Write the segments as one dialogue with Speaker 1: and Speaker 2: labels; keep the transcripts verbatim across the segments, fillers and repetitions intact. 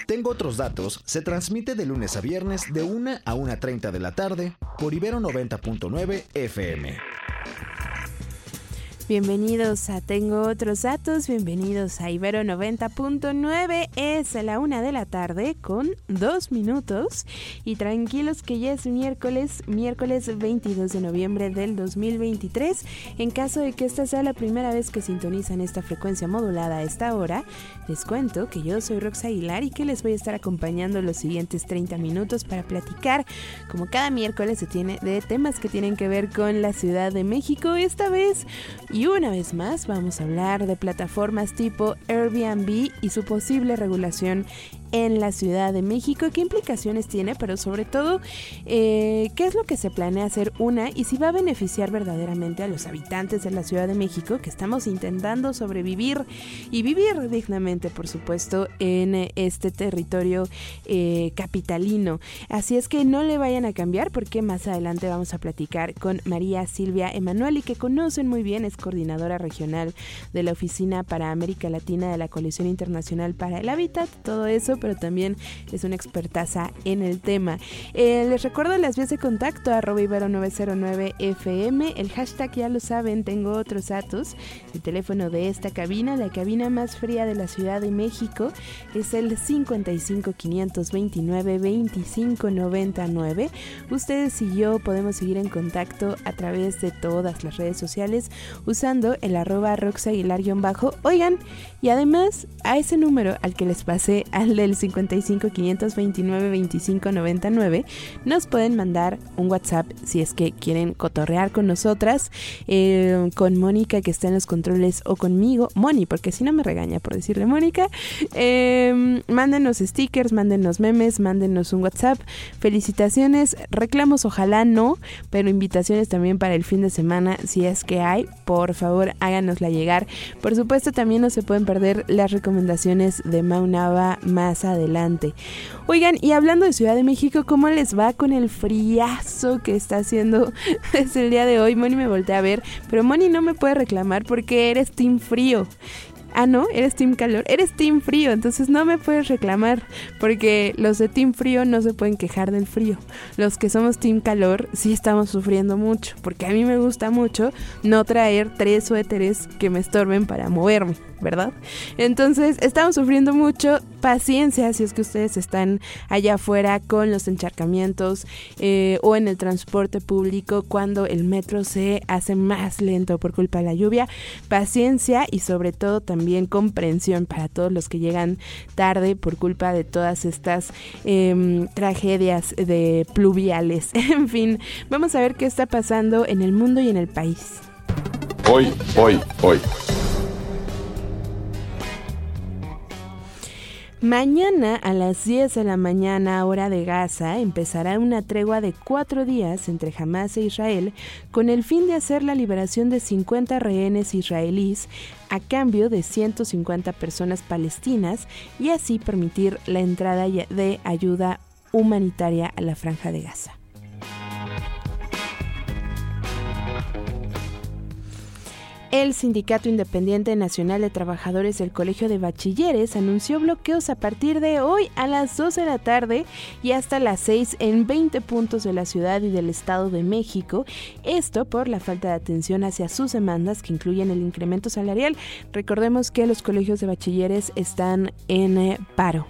Speaker 1: Tengo otros datos, se transmite de lunes a viernes de una a una treinta de la tarde por Ibero noventa punto nueve F M.
Speaker 2: Bienvenidos a Tengo Otros Datos, bienvenidos a Ibero noventa punto nueve, es a la una de la tarde con dos minutos y tranquilos que ya es miércoles, miércoles veintidós de noviembre del dos mil veintitrés. En caso de que esta sea la primera vez que sintonizan esta frecuencia modulada a esta hora, les cuento que yo soy Rox Aguilar y que les voy a estar acompañando los siguientes treinta minutos para platicar, como cada miércoles se tiene, de temas que tienen que ver con la Ciudad de México. Esta vez y una vez más vamos a hablar de plataformas tipo Airbnb y su posible regulación en la Ciudad de México, qué implicaciones tiene, pero sobre todo eh, qué es lo que se planea hacer una y si va a beneficiar verdaderamente a los habitantes de la Ciudad de México, que estamos intentando sobrevivir y vivir dignamente, por supuesto, en este territorio eh, capitalino. Así es que no le vayan a cambiar, porque más adelante vamos a platicar con María Silvia Emanueli, que conocen muy bien, es coordinadora regional de la Oficina para América Latina de la Coalición Internacional para el Hábitat, todo eso, pero también es una expertaza en el tema. Eh, les recuerdo las vías de contacto, arroba Ibero nueve cero nueve F M, el hashtag ya lo saben, Tengo Otros Datos, el teléfono de esta cabina, la cabina más fría de la Ciudad de México, es el cincuenta y cinco, quinientos veintinueve, veinticinco noventa y nueve. Ustedes y yo podemos seguir en contacto a través de todas las redes sociales usando el arroba roxaguilar-bajo. Oigan, y además a ese número al que les pasé, al del cincuenta y cinco, quinientos veintinueve, veinticinco noventa y nueve, nos pueden mandar un WhatsApp si es que quieren cotorrear con nosotras, eh, con Mónica que está en los controles o conmigo, Moni, porque si no me regaña por decirle Mónica. Eh, mándenos stickers, mándenos memes, mándenos un WhatsApp, felicitaciones, reclamos ojalá no, pero invitaciones también para el fin de semana si es que hay, por favor háganosla llegar. Por supuesto también no se pueden perder las recomendaciones de Mau Nava más adelante. Oigan, y hablando de Ciudad de México, ¿cómo les va con el friazo que está haciendo desde el día de hoy? Moni me voltea a ver, pero Moni no me puede reclamar porque eres team frío. Ah, no, eres team calor, eres team frío, entonces no me puedes reclamar porque los de team frío no se pueden quejar del frío. Los que somos team calor sí estamos sufriendo mucho, porque a mí me gusta mucho no traer tres suéteres que me estorben para moverme, ¿verdad? Entonces estamos sufriendo mucho. Paciencia si es que ustedes están allá afuera con los encharcamientos eh, o en el transporte público cuando el metro se hace más lento por culpa de la lluvia. Paciencia y sobre todo también comprensión para todos los que llegan tarde por culpa de todas estas eh, tragedias de pluviales. En fin, vamos a ver qué está pasando en el mundo y en el país.
Speaker 3: Hoy, hoy, hoy.
Speaker 2: Mañana a las diez de la mañana, hora de Gaza, empezará una tregua de cuatro días entre Hamás e Israel con el fin de hacer la liberación de cincuenta rehenes israelíes a cambio de ciento cincuenta personas palestinas y así permitir la entrada de ayuda humanitaria a la Franja de Gaza. El Sindicato Independiente Nacional de Trabajadores del Colegio de Bachilleres anunció bloqueos a partir de hoy a las dos de la tarde y hasta las seis en veinte puntos de la ciudad y del Estado de México. Esto por la falta de atención hacia sus demandas que incluyen el incremento salarial. Recordemos que los colegios de bachilleres están en eh, paro.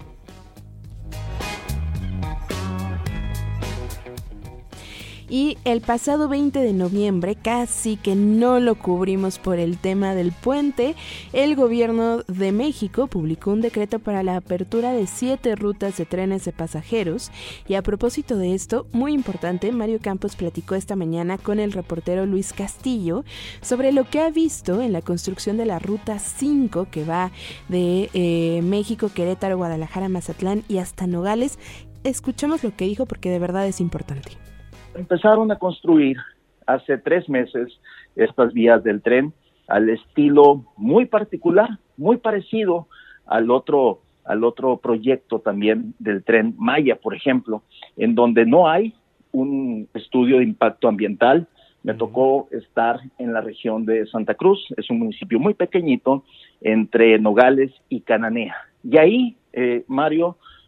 Speaker 2: Y el pasado veinte de noviembre, casi que no lo cubrimos por el tema del puente, el gobierno de México publicó un decreto para la apertura de siete rutas de trenes de pasajeros. Y a propósito de esto, muy importante, Mario Campos platicó esta mañana con el reportero Luis Castillo sobre lo que ha visto en la construcción de la Ruta cinco que va de eh, México, Querétaro, Guadalajara, Mazatlán y hasta Nogales. Escuchemos lo que dijo porque de verdad es importante.
Speaker 4: Empezaron a construir hace tres meses estas vías del tren al estilo muy particular, muy parecido al otro, al otro proyecto también del Tren Maya, por ejemplo, en donde no hay un estudio de impacto ambiental. Me tocó estar en la región de Santa Cruz, es un municipio muy pequeñito entre Nogales y Cananea. Y ahí, eh, Mario,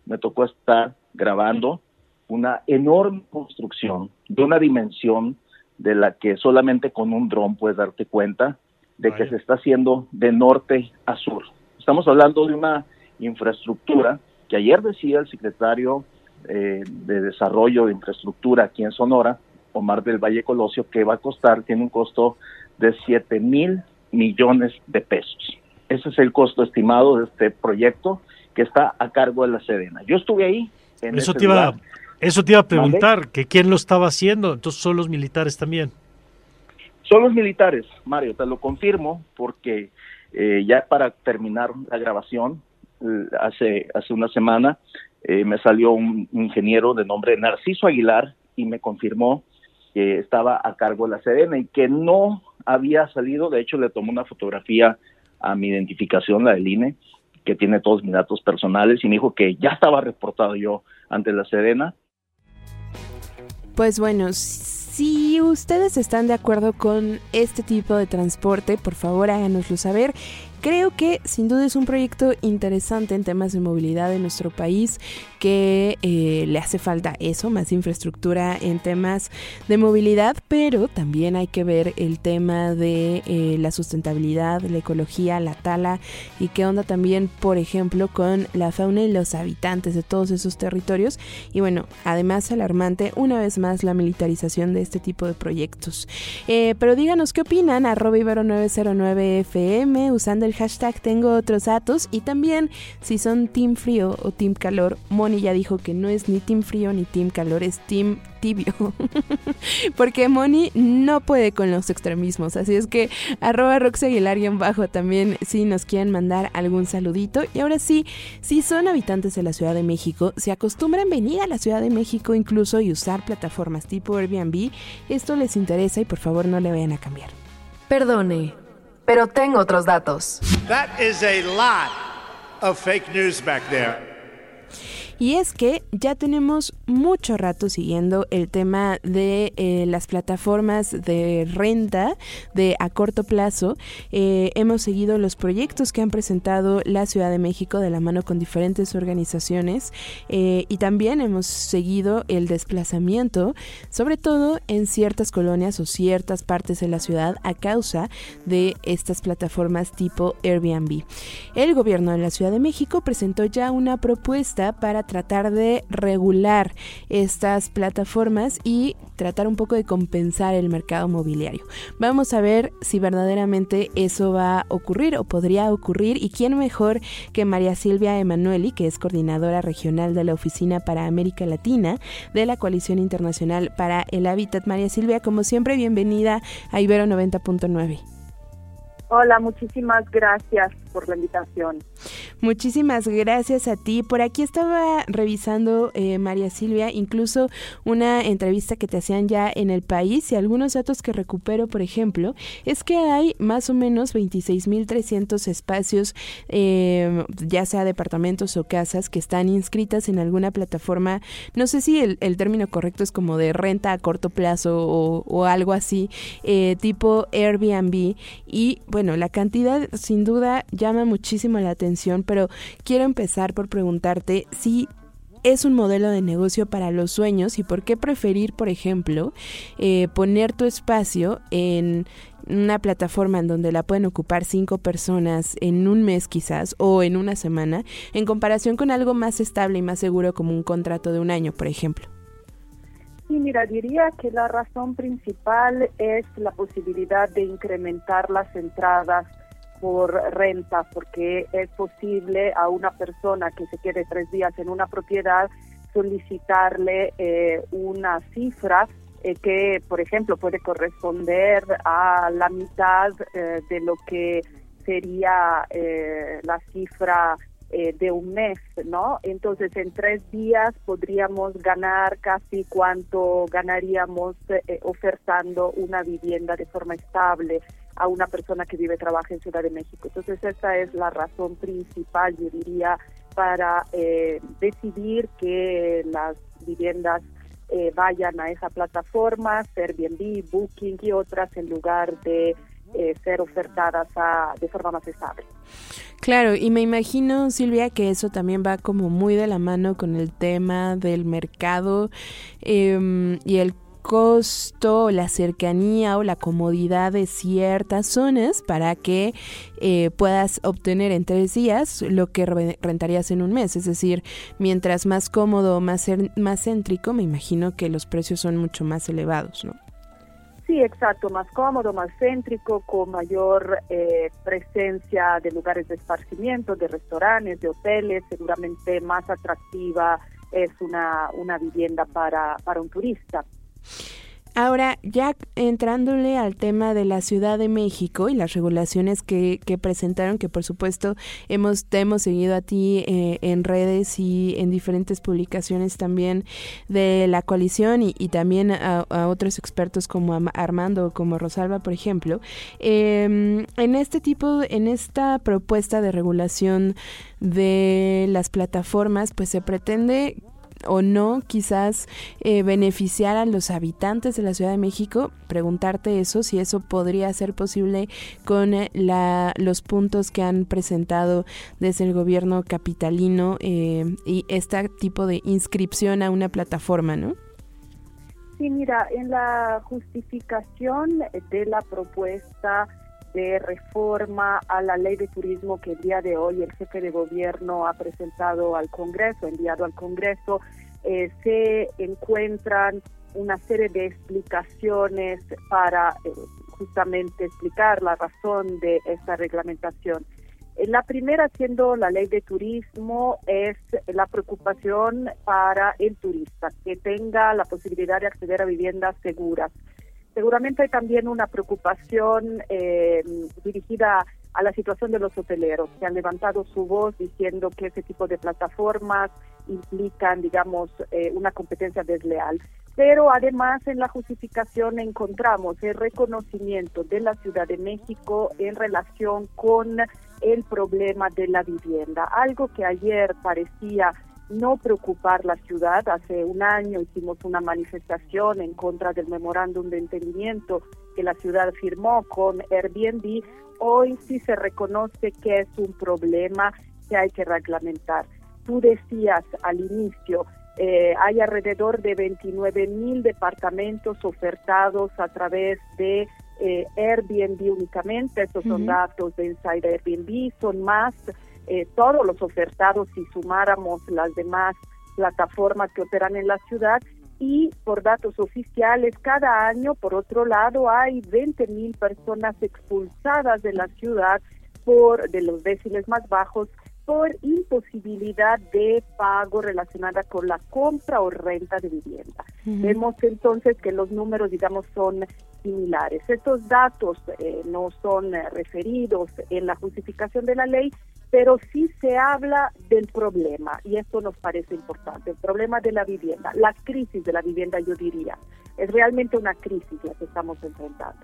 Speaker 4: me tocó estar grabando una enorme construcción de una dimensión de la que solamente con un dron puedes darte cuenta de Vaya. que se está haciendo de norte a sur. Estamos hablando de una infraestructura que ayer decía el secretario eh, de Desarrollo de Infraestructura aquí en Sonora, Omar del Valle Colosio, que va a costar, tiene un costo de siete mil millones de pesos. Ese es el costo estimado de este proyecto que está a cargo de la Sedena. Yo estuve ahí. En
Speaker 5: eso,
Speaker 4: ese
Speaker 5: te iba,
Speaker 4: lugar.
Speaker 5: eso te iba a preguntar,
Speaker 4: ¿Vale?
Speaker 5: que quién lo estaba haciendo. Entonces son los militares también.
Speaker 4: Son los militares, Mario, te lo confirmo, porque eh, ya para terminar la grabación, eh, hace, hace una semana, eh, me salió un, un ingeniero de nombre Narciso Aguilar y me confirmó que estaba a cargo de la Sedena y que no había salido. De hecho, le tomó una fotografía a mi identificación, la del I N E, que tiene todos mis datos personales, y me dijo que ya estaba reportado yo ante la Sedena.
Speaker 2: Pues bueno, si ustedes están de acuerdo con este tipo de transporte, por favor háganoslo saber. Creo que sin duda es un proyecto interesante en temas de movilidad en nuestro país, que eh, le hace falta eso, más infraestructura en temas de movilidad, pero también hay que ver el tema de eh, la sustentabilidad, la ecología, la tala y qué onda también, por ejemplo, con la fauna y los habitantes de todos esos territorios. Y bueno, además alarmante, una vez más, la militarización de este tipo de proyectos. Eh, pero díganos qué opinan, arroba Ibero nueve cero nueve F M, usando el hashtag tengo otros datos, y también si son team frío o team calor. Moni ya dijo que no es ni team frío ni team calor, es team tibio, porque Moni no puede con los extremismos, así es que arroba Roxy Aguilar guión bajo también si nos quieren mandar algún saludito. Y ahora sí, si son habitantes de la Ciudad de México, se acostumbran venir a la Ciudad de México incluso y usar plataformas tipo Airbnb, esto les interesa y por favor no le vayan a cambiar.
Speaker 6: Perdone, pero tengo otros datos.
Speaker 7: That is a lot of fake news back there.
Speaker 2: Y es que ya tenemos mucho rato siguiendo el tema de eh, las plataformas de renta de a corto plazo. Eh, hemos seguido los proyectos que han presentado la Ciudad de México de la mano con diferentes organizaciones, eh, y también hemos seguido el desplazamiento, sobre todo en ciertas colonias o ciertas partes de la ciudad, a causa de estas plataformas tipo Airbnb. El gobierno de la Ciudad de México presentó ya una propuesta para tratar de regular estas plataformas y tratar un poco de compensar el mercado mobiliario. Vamos a ver si verdaderamente eso va a ocurrir o podría ocurrir, y quién mejor que María Silvia Emanueli, que es coordinadora regional de la Oficina para América Latina de la Coalición Internacional para el Hábitat. María Silvia, como siempre, bienvenida a Ibero noventa punto nueve.
Speaker 8: Hola, muchísimas gracias por la invitación.
Speaker 2: Muchísimas gracias a ti. Por aquí estaba revisando, eh, María Silvia, incluso una entrevista que te hacían ya en El País, y algunos datos que recupero, por ejemplo, es que hay más o menos veintiséis mil trescientos espacios, eh, ya sea departamentos o casas, que están inscritas en alguna plataforma. No sé si el, el término correcto es como de renta a corto plazo o, o algo así, eh, tipo Airbnb. Y bueno, la cantidad sin duda llama muchísimo la atención, pero quiero empezar por preguntarte si es un modelo de negocio para los sueños y por qué preferir, por ejemplo, eh, poner tu espacio en una plataforma en donde la pueden ocupar cinco personas en un mes quizás o en una semana, en comparación con algo más estable y más seguro como un contrato de un año, por ejemplo.
Speaker 8: Sí, mira, diría que la razón principal es la posibilidad de incrementar las entradas por renta, porque es posible a una persona que se quede tres días en una propiedad solicitarle eh, una cifra eh, que, por ejemplo, puede corresponder a la mitad eh, de lo que sería eh, la cifra eh, de un mes, ¿no? Entonces, en tres días podríamos ganar casi cuánto ganaríamos eh, ofertando una vivienda de forma estable a una persona que vive y trabaja en Ciudad de México. Entonces, esa es la razón principal, yo diría, para eh, decidir que las viviendas eh, vayan a esa plataforma, Airbnb, Booking y otras, en lugar de eh, ser ofertadas a, de forma más estable.
Speaker 2: Claro, y me imagino, Silvia, que eso también va como muy de la mano con el tema del mercado eh, y el costo, la cercanía o la comodidad de ciertas zonas para que eh, puedas obtener en tres días lo que re- rentarías en un mes. Es decir, mientras más cómodo, más, cer- más céntrico, me imagino que los precios son mucho más elevados, ¿no?
Speaker 8: Sí, exacto, más cómodo, más céntrico, con mayor eh, presencia de lugares de esparcimiento, de restaurantes, de hoteles, seguramente más atractiva es una, una vivienda para, para un turista.
Speaker 2: Ahora, ya entrándole al tema de la Ciudad de México y las regulaciones que, que presentaron, que por supuesto hemos te hemos seguido a ti eh, en redes y en diferentes publicaciones también de la coalición y, y también a, a otros expertos como Armando, como Rosalba, por ejemplo. Eh, en este tipo, en esta propuesta de regulación de las plataformas, pues se pretende o no, quizás eh, beneficiar a los habitantes de la Ciudad de México. Preguntarte eso, si eso podría ser posible con eh, la, los puntos que han presentado desde el gobierno capitalino eh, y este tipo de inscripción a una plataforma, ¿no?
Speaker 8: Sí, mira, en la justificación de la propuesta de reforma a la ley de turismo que el día de hoy el jefe de gobierno ha presentado al Congreso, enviado al Congreso, eh, se encuentran una serie de explicaciones para eh, justamente explicar la razón de esta reglamentación. Eh, la primera, siendo la ley de turismo, es la preocupación para el turista, que tenga la posibilidad de acceder a viviendas seguras. Seguramente hay también una preocupación eh, dirigida a la situación de los hoteleros, que han levantado su voz diciendo que ese tipo de plataformas implican, digamos, eh, una competencia desleal. Pero además en la justificación encontramos el reconocimiento de la Ciudad de México en relación con el problema de la vivienda, algo que ayer parecía no preocupar la ciudad. Hace un año hicimos una manifestación en contra del memorándum de entendimiento que la ciudad firmó con Airbnb. Hoy sí se reconoce que es un problema que hay que reglamentar. Tú decías al inicio, eh, hay alrededor de veintinueve mil departamentos ofertados a través de eh, Airbnb únicamente. Estos uh-huh. son datos de Inside Airbnb, son más Eh, todos los ofertados si sumáramos las demás plataformas que operan en la ciudad, y por datos oficiales cada año, por otro lado, hay veinte mil personas expulsadas de la ciudad por de los deciles más bajos por imposibilidad de pago relacionada con la compra o renta de vivienda. Uh-huh. Vemos entonces que los números, digamos, son similares. Estos datos eh, no son eh, referidos en la justificación de la ley, pero sí se habla del problema, y esto nos parece importante, el problema de la vivienda, la crisis de la vivienda, yo diría. Es realmente una crisis la que estamos enfrentando.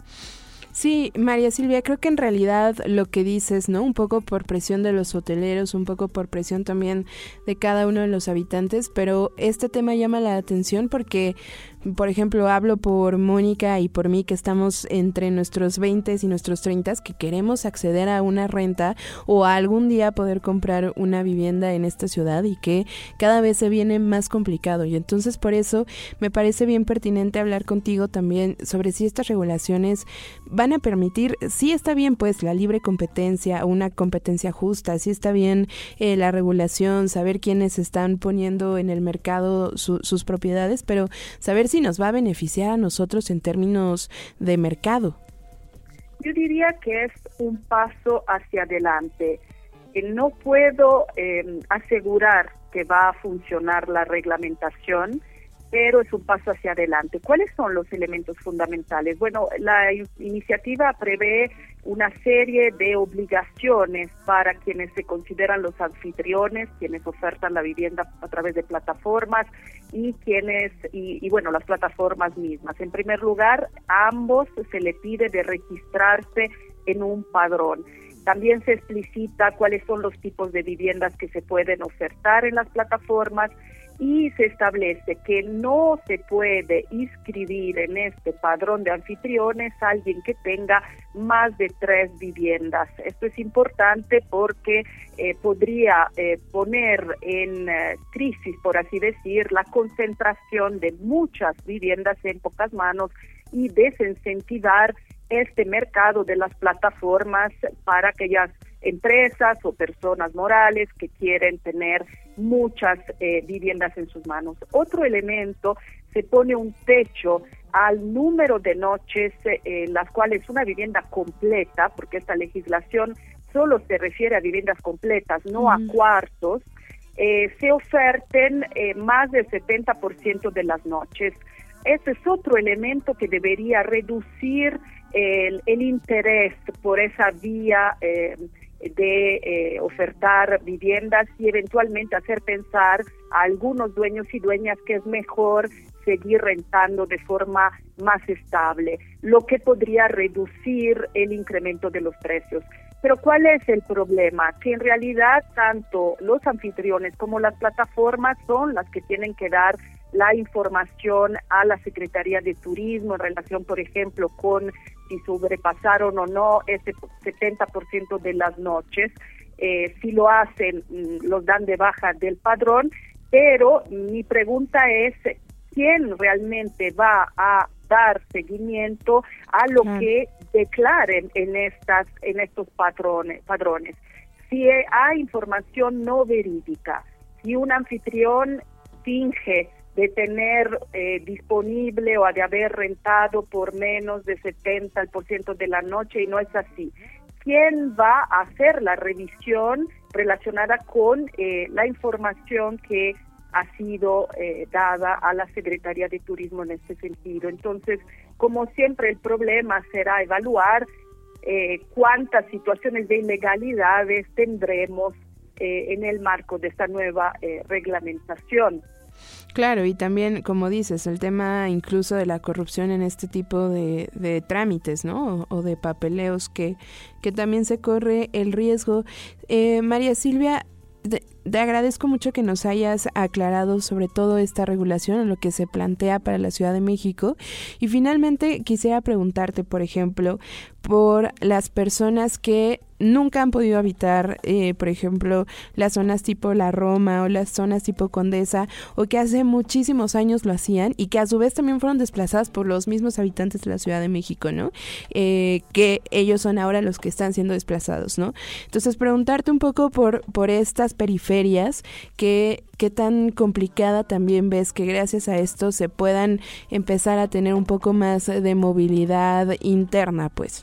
Speaker 2: Sí, María Silvia, creo que en realidad lo que dices, ¿no? Un poco por presión de los hoteleros, un poco por presión también de cada uno de los habitantes, pero este tema llama la atención porque, por ejemplo, hablo por Mónica y por mí, que estamos entre nuestros veinte y nuestros treinta, que queremos acceder a una renta o a algún día poder comprar una vivienda en esta ciudad, y que cada vez se viene más complicado. Y entonces por eso me parece bien pertinente hablar contigo también sobre si estas regulaciones van a permitir, sí está bien pues la libre competencia, una competencia justa, sí está bien eh, la regulación, saber quiénes están poniendo en el mercado su, sus propiedades, pero saber si nos va a beneficiar a nosotros en términos de mercado.
Speaker 8: Yo diría que es un paso hacia adelante. No puedo eh, asegurar que va a funcionar la reglamentación, pero es un paso hacia adelante. ¿Cuáles son los elementos fundamentales? Bueno, la iniciativa prevé una serie de obligaciones para quienes se consideran los anfitriones, quienes ofertan la vivienda a través de plataformas y quienes y, y bueno, las plataformas mismas. En primer lugar, a ambos se le pide de registrarse en un padrón. También se explicita cuáles son los tipos de viviendas que se pueden ofertar en las plataformas, y se establece que no se puede inscribir en este padrón de anfitriones a alguien que tenga más de tres viviendas. Esto es importante porque eh, podría eh, poner en eh, crisis, por así decir, la concentración de muchas viviendas en pocas manos y desincentivar este mercado de las plataformas para aquellas empresas o personas morales que quieren tener muchas eh, viviendas en sus manos. Otro elemento, se pone un techo al número de noches en eh, las cuales una vivienda completa, porque esta legislación solo se refiere a viviendas completas, no mm. a cuartos, eh, se oferten eh, más del setenta por ciento de las noches. Ese es otro elemento que debería reducir el, el interés por esa vía eh, de eh, ofertar viviendas y eventualmente hacer pensar a algunos dueños y dueñas que es mejor seguir rentando de forma más estable, lo que podría reducir el incremento de los precios. Pero ¿cuál es el problema? Que en realidad tanto los anfitriones como las plataformas son las que tienen que dar la información a la Secretaría de Turismo en relación, por ejemplo, con si sobrepasaron o no ese setenta por ciento de las noches. Eh, si lo hacen, los dan de baja del padrón, pero mi pregunta es, ¿quién realmente va a dar seguimiento a lo ah. que declaren en estas en estos patrones, padrones? Si hay información no verídica, si un anfitrión finge de tener eh, disponible o de haber rentado por menos de setenta por ciento de la noche y no es así, ¿quién va a hacer la revisión relacionada con eh, la información que ha sido eh, dada a la Secretaría de Turismo en este sentido? Entonces, como siempre, el problema será evaluar eh, cuántas situaciones de ilegalidades tendremos eh, en el marco de esta nueva eh, reglamentación.
Speaker 2: Claro, y también, como dices, el tema incluso de la corrupción en este tipo de, de trámites, ¿no? O, o de papeleos que, que también se corre el riesgo. Eh, María Silvia, Te, te agradezco mucho que nos hayas aclarado sobre todo esta regulación, lo que se plantea para la Ciudad de México. Y finalmente quisiera preguntarte, por ejemplo, por las personas que nunca han podido habitar, eh, por ejemplo, las zonas tipo La Roma o las zonas tipo Condesa, o que hace muchísimos años lo hacían y que a su vez también fueron desplazadas por los mismos habitantes de la Ciudad de México, ¿no? Eh, que ellos son ahora los que están siendo desplazados, ¿no? Entonces, preguntarte un poco por, por estas periferias, que qué tan complicada también ves que gracias a esto se puedan empezar a tener un poco más de movilidad interna, pues.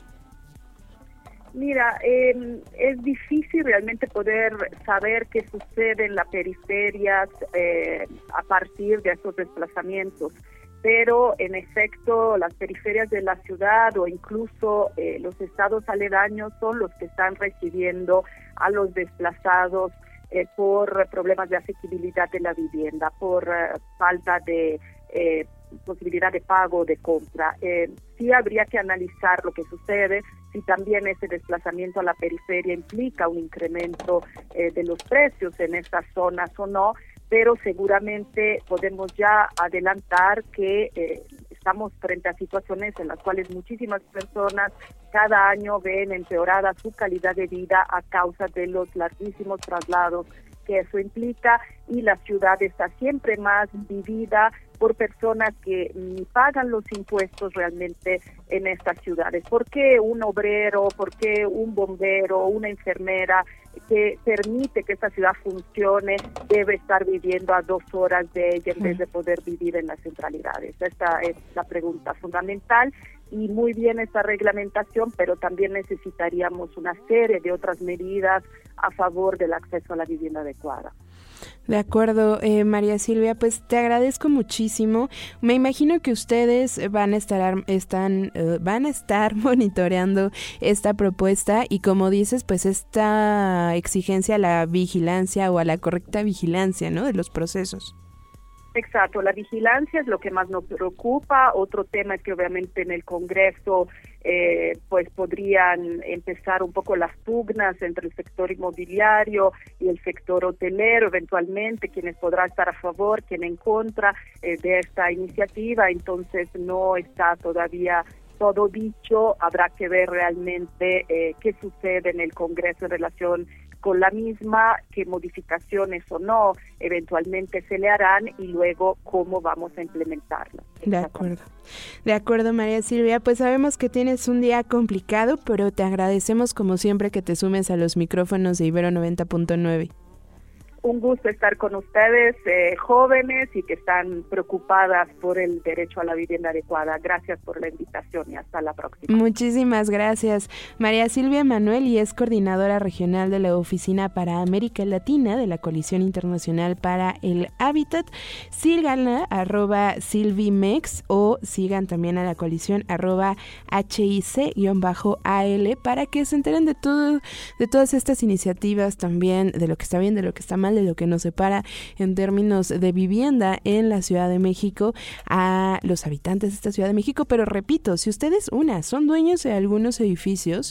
Speaker 8: Mira, eh, es difícil realmente poder saber qué sucede en las periferias eh, a partir de esos desplazamientos, pero en efecto las periferias de la ciudad o incluso eh, los estados aledaños son los que están recibiendo a los desplazados eh, por problemas de asequibilidad de la vivienda, por uh, falta de eh, posibilidad de pago o de compra. Eh, sí habría que analizar lo que sucede, si también ese desplazamiento a la periferia implica un incremento eh, de los precios en estas zonas o no, pero seguramente podemos ya adelantar que eh, estamos frente a situaciones en las cuales muchísimas personas cada año ven empeorada su calidad de vida a causa de los larguísimos traslados que eso implica, y la ciudad está siempre más vivida por personas que ni pagan los impuestos realmente en estas ciudades. ¿Por qué un obrero, por qué un bombero, una enfermera que permite que esta ciudad funcione debe estar viviendo a dos horas de ella en vez de poder vivir en las centralidades? Esta es la pregunta fundamental, y muy bien esta reglamentación, pero también necesitaríamos una serie de otras medidas a favor del acceso a la vivienda adecuada.
Speaker 2: De acuerdo, eh, María Silvia, pues te agradezco muchísimo. Me imagino que ustedes van a estar, están, uh, van a estar monitoreando esta propuesta y, como dices, pues esta exigencia a la vigilancia o a la correcta vigilancia, ¿no?, de los procesos.
Speaker 8: Exacto, la vigilancia es lo que más nos preocupa. Otro tema es que obviamente en el Congreso eh, pues podrían empezar un poco las pugnas entre el sector inmobiliario y el sector hotelero, eventualmente, quienes podrán estar a favor, quién en contra eh, de esta iniciativa. Entonces no está todavía todo dicho, habrá que ver realmente eh, qué sucede en el Congreso en relación con la misma, qué modificaciones o no eventualmente se le harán y luego cómo vamos a implementarlo.
Speaker 2: De acuerdo. De acuerdo, María Silvia, pues sabemos que tienes un día complicado, pero te agradecemos como siempre que te sumes a los micrófonos de Ibero noventa punto nueve.
Speaker 8: Un gusto estar con ustedes, eh, jóvenes y que están preocupadas por el derecho a la vivienda adecuada. Gracias por la invitación y hasta la próxima.
Speaker 2: Muchísimas gracias. María Silvia Manuel y es coordinadora regional de la Oficina para América Latina de la Coalición Internacional para el Hábitat. Síganla, arroba Silvimex, o sigan también a la coalición, arroba H I C-A L, para que se enteren de todo, de todas estas iniciativas también, de lo que está bien, de lo que está mal, de lo que nos separa en términos de vivienda en la Ciudad de México a los habitantes de esta Ciudad de México. Pero repito, si ustedes, una, son dueños de algunos edificios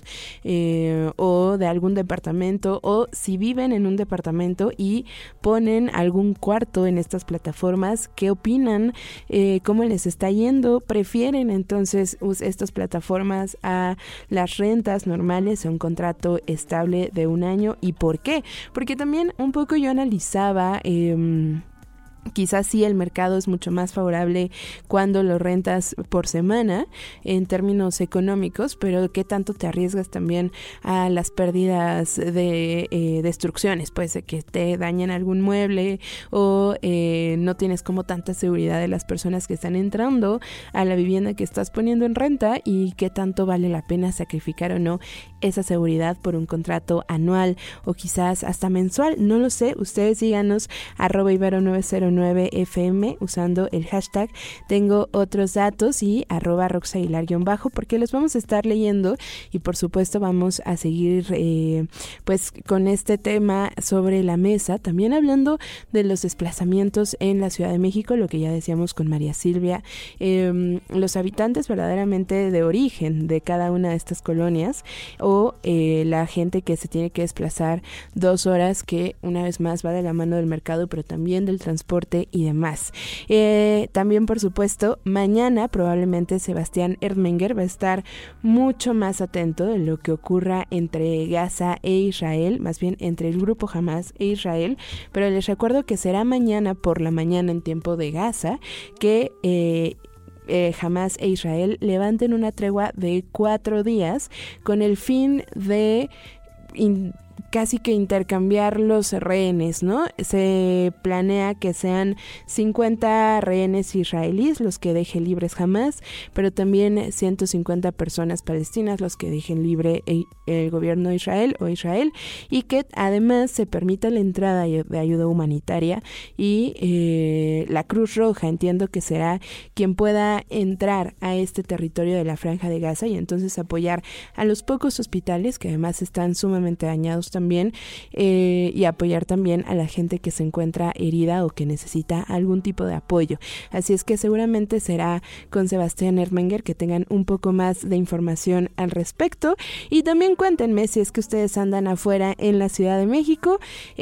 Speaker 2: eh, o de algún departamento, o si viven en un departamento y ponen algún cuarto en estas plataformas, ¿qué opinan? Eh, ¿Cómo les está yendo? ¿Prefieren entonces estas plataformas a las rentas normales, a un contrato estable de un año? ¿Y por qué? Porque también un poco yo analizaba, eh, quizás sí el mercado es mucho más favorable cuando lo rentas por semana en términos económicos, pero qué tanto te arriesgas también a las pérdidas de eh, destrucciones, pues de que te dañen algún mueble o eh, no tienes como tanta seguridad de las personas que están entrando a la vivienda que estás poniendo en renta, y qué tanto vale la pena sacrificar o no esa seguridad por un contrato anual o quizás hasta mensual. No lo sé, ustedes síganos arroba Ibero nueve cero nueve F M usando el hashtag tengo otros datos y arroba Rox Aguilar guión bajo, porque los vamos a estar leyendo y por supuesto vamos a seguir eh, pues con este tema sobre la mesa, también hablando de los desplazamientos en la Ciudad de México, lo que ya decíamos con María Silvia, eh, los habitantes verdaderamente de origen de cada una de estas colonias, o eh, la gente que se tiene que desplazar dos horas, que una vez más va de la mano del mercado, pero también del transporte y demás. Eh, también, por supuesto, mañana probablemente Sebastián Erdmenguer va a estar mucho más atento de lo que ocurra entre Gaza e Israel, más bien entre el grupo Hamas e Israel, pero les recuerdo que será mañana por la mañana en tiempo de Gaza que eh, Eh, Hamas e Israel levanten una tregua de cuatro días con el fin de in- casi que intercambiar los rehenes, ¿no? Se planea que sean cincuenta rehenes israelíes los que deje libres Hamas, pero también ciento cincuenta personas palestinas los que dejen libre el gobierno de Israel o Israel, y que además se permita la entrada de ayuda humanitaria y eh, la Cruz Roja, entiendo que será quien pueda entrar a este territorio de la Franja de Gaza y entonces apoyar a los pocos hospitales que además están sumamente dañados también, eh, y apoyar también a la gente que se encuentra herida o que necesita algún tipo de apoyo. Así es que seguramente será con Sebastián Erdmenguer que tengan un poco más de información al respecto, y también cuéntenme si es que ustedes andan afuera en la Ciudad de México.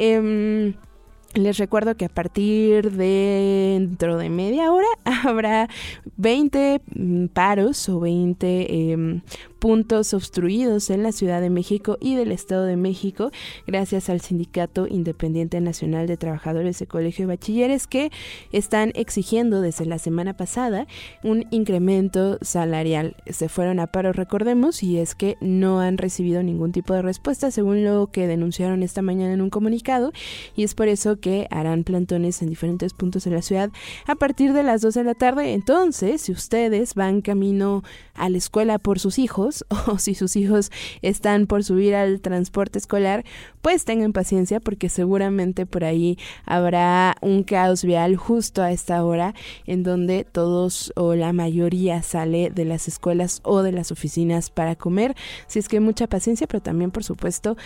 Speaker 2: Eh, Les recuerdo que a partir de dentro de media hora habrá veinte paros o veinte eh, puntos obstruidos en la Ciudad de México y del Estado de México, gracias al Sindicato Independiente Nacional de Trabajadores de Colegio de Bachilleres, que están exigiendo desde la semana pasada un incremento salarial. Se fueron a paro, recordemos, y es que no han recibido ningún tipo de respuesta, según lo que denunciaron esta mañana en un comunicado, y es por eso que que harán plantones en diferentes puntos de la ciudad a partir de las dos de la tarde. Entonces, si ustedes van camino a la escuela por sus hijos, hijos o si sus hijos están por subir al transporte escolar, pues tengan paciencia porque seguramente por ahí habrá un caos vial justo a esta hora en donde todos o la mayoría sale de las escuelas o de las oficinas para comer. Si es que mucha paciencia, pero también por supuesto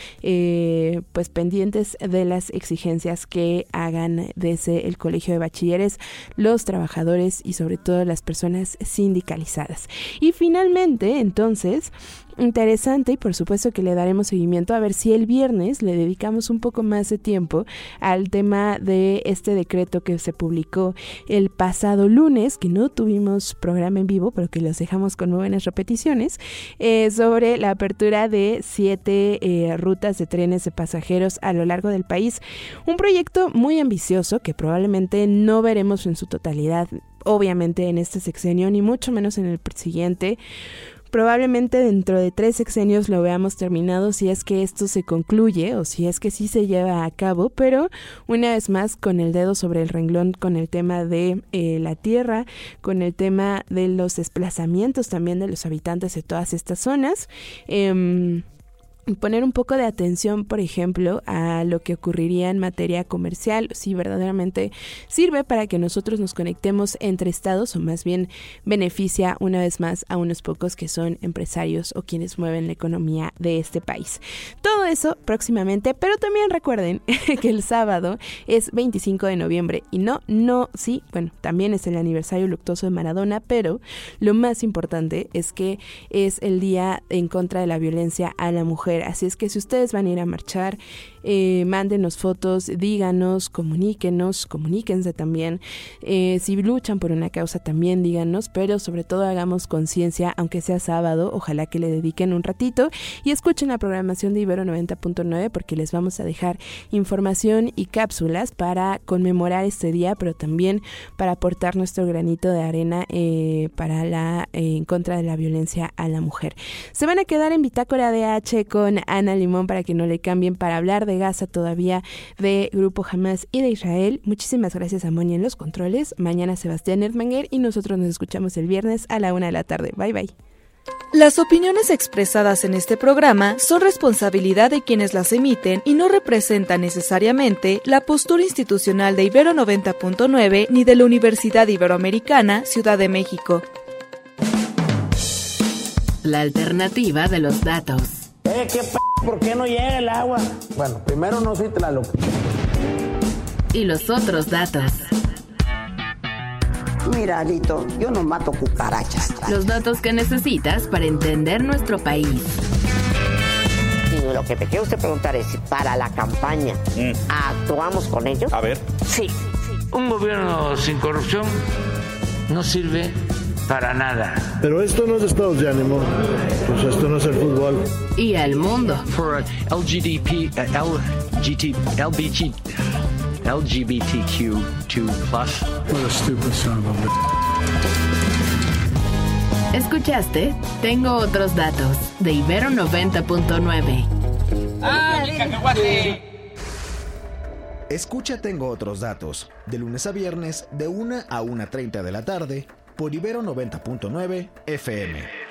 Speaker 2: eh, pues pendientes de las exigencias que hagan desde el Colegio de Bachilleres los trabajadores y sobre todo las personas sindicalizadas. Y finalmente, entonces, interesante y por supuesto que le daremos seguimiento a ver si el viernes le dedicamos un poco más de tiempo al tema de este decreto que se publicó el pasado lunes, que no tuvimos programa en vivo, pero que los dejamos con muy buenas repeticiones, eh, sobre la apertura de siete eh, rutas de trenes de pasajeros a lo largo del país. Un proyecto muy ambicioso que probablemente no veremos en su totalidad, obviamente en este sexenio, ni mucho menos en el siguiente. Probablemente dentro de tres sexenios lo veamos terminado si es que esto se concluye o si es que sí se lleva a cabo, pero una vez más con el dedo sobre el renglón con el tema de eh, la tierra, con el tema de los desplazamientos también de los habitantes de todas estas zonas. Eh, poner un poco de atención, por ejemplo, a lo que ocurriría en materia comercial, si verdaderamente sirve para que nosotros nos conectemos entre estados o más bien beneficia una vez más a unos pocos que son empresarios o quienes mueven la economía de este país. Todo eso próximamente, pero también recuerden que el sábado es veinticinco de noviembre y no, no, sí, bueno, también es el aniversario luctuoso de Maradona, pero lo más importante es que es el día en contra de la violencia a la mujer. Así es que si ustedes van a ir a marchar, eh, mándenos fotos, díganos, comuníquenos, comuníquense también. Eh, si luchan por una causa también díganos, pero sobre todo hagamos conciencia, aunque sea sábado, ojalá que le dediquen un ratito y escuchen la programación de Ibero noventa punto nueve porque les vamos a dejar información y cápsulas para conmemorar este día, pero también para aportar nuestro granito de arena eh, para la eh, en contra de la violencia a la mujer. Se van a quedar en Bitácora D H con Ana Limón para que no le cambien, para hablar de Gaza todavía, de Grupo Hamas y de Israel. Muchísimas gracias a Moni en los controles. Mañana Sebastián Erdmanger y nosotros nos escuchamos el viernes a la una de la tarde. Bye bye.
Speaker 9: Las opiniones expresadas en este programa son responsabilidad de quienes las emiten y no representan necesariamente la postura institucional de Ibero noventa punto nueve ni de la Universidad Iberoamericana, Ciudad de México.
Speaker 10: La alternativa de los datos.
Speaker 11: Eh, ¿qué p***? ¿Por qué no llega el agua? Bueno, primero no soy Tlaloc.
Speaker 10: Y los otros datos.
Speaker 12: Mira, Lito, yo no mato cucarachas.
Speaker 10: Los datos que necesitas para entender nuestro país.
Speaker 12: Y lo que me quiere usted preguntar es si para la campaña mm. actuamos con ellos.
Speaker 13: A ver.
Speaker 12: Sí.
Speaker 14: Un gobierno sin corrupción no sirve para nada.
Speaker 15: Pero esto no es estados de ánimo, pues esto no es el fútbol.
Speaker 10: Y el mundo.
Speaker 16: For L G B T, uh, L G T, L B G, L G B T Q two plus.
Speaker 17: What a stupid son of
Speaker 10: a... ¿Escuchaste? Tengo otros datos de Ibero noventa punto nueve.
Speaker 18: ¡Ah, mi cacahuate!
Speaker 1: Escucha Tengo Otros Datos, de lunes a viernes, de una a una treinta de la tarde, por Ibero noventa punto nueve F M.